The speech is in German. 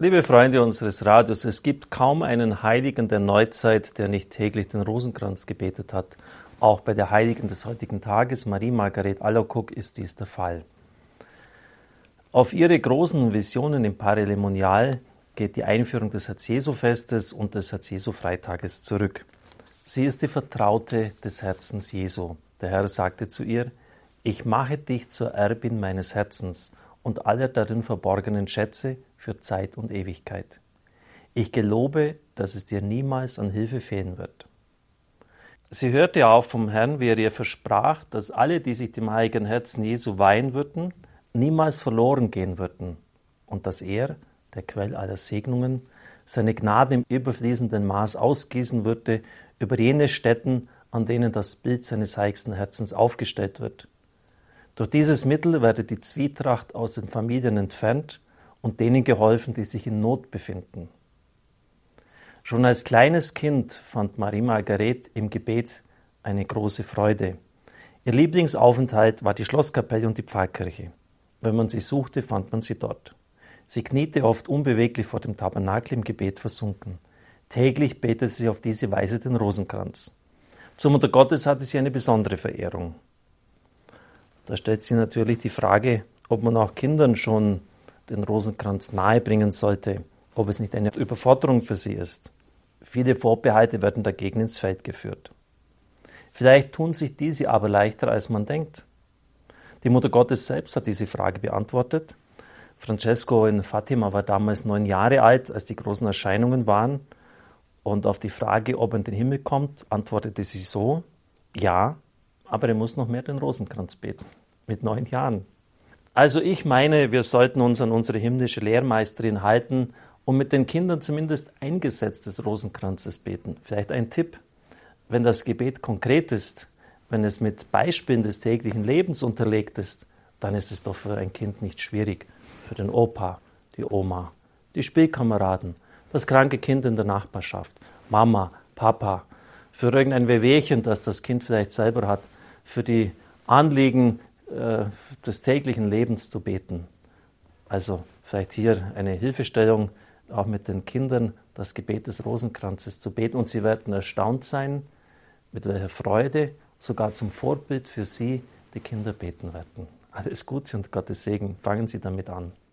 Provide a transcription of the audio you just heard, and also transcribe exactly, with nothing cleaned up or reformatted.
Liebe Freunde unseres Radios, es gibt kaum einen Heiligen der Neuzeit, der nicht täglich den Rosenkranz gebetet hat. Auch bei der Heiligen des heutigen Tages, Marie Margaret Alacoque, ist dies der Fall. Auf ihre großen Visionen im Präzemonial geht die Einführung des Herz-Jesu-Festes und des Herz-Jesu-Freitages zurück. Sie ist die Vertraute des Herzens Jesu. Der Herr sagte zu ihr: Ich mache dich zur Erbin meines Herzens und aller darin verborgenen Schätze für Zeit und Ewigkeit. Ich gelobe, dass es dir niemals an Hilfe fehlen wird. Sie hörte auch vom Herrn, wie er ihr versprach, dass alle, die sich dem heiligen Herzen Jesu weihen würden, niemals verloren gehen würden und dass er, der Quell aller Segnungen, seine Gnade im überfließenden Maß ausgießen würde über jene Stätten, an denen das Bild seines heiligsten Herzens aufgestellt wird. Durch dieses Mittel werde die Zwietracht aus den Familien entfernt und denen geholfen, die sich in Not befinden. Schon als kleines Kind fand Marie Margaret im Gebet eine große Freude. Ihr Lieblingsaufenthalt war die Schlosskapelle und die Pfarrkirche. Wenn man sie suchte, fand man sie dort. Sie kniete oft unbeweglich vor dem Tabernakel im Gebet versunken. Täglich betete sie auf diese Weise den Rosenkranz. Zur Mutter Gottes hatte sie eine besondere Verehrung. Da stellt sich natürlich die Frage, ob man auch Kindern schon den Rosenkranz nahebringen sollte, ob es nicht eine Überforderung für sie ist. Viele Vorbehalte werden dagegen ins Feld geführt. Vielleicht tun sich diese aber leichter, als man denkt. Die Mutter Gottes selbst hat diese Frage beantwortet. Francesco in Fatima war damals neun Jahre alt, als die großen Erscheinungen waren. Und auf die Frage, ob er in den Himmel kommt, antwortete sie so: Ja, aber er muss noch mehr den Rosenkranz beten. Mit neun Jahren. Also ich meine, wir sollten uns an unsere himmlische Lehrmeisterin halten und mit den Kindern zumindest ein Gesetz des Rosenkranzes beten. Vielleicht ein Tipp: Wenn das Gebet konkret ist, wenn es mit Beispielen des täglichen Lebens unterlegt ist, dann ist es doch für ein Kind nicht schwierig. Für den Opa, die Oma, die Spielkameraden, das kranke Kind in der Nachbarschaft, Mama, Papa, für irgendein Wehwehchen, das das Kind vielleicht selber hat, für die Anliegen äh, des täglichen Lebens zu beten. Also vielleicht hier eine Hilfestellung, auch mit den Kindern das Gebet des Rosenkranzes zu beten. Und sie werden erstaunt sein, mit welcher Freude, sogar zum Vorbild für sie, die Kinder beten werden. Alles Gute und Gottes Segen. Fangen Sie damit an.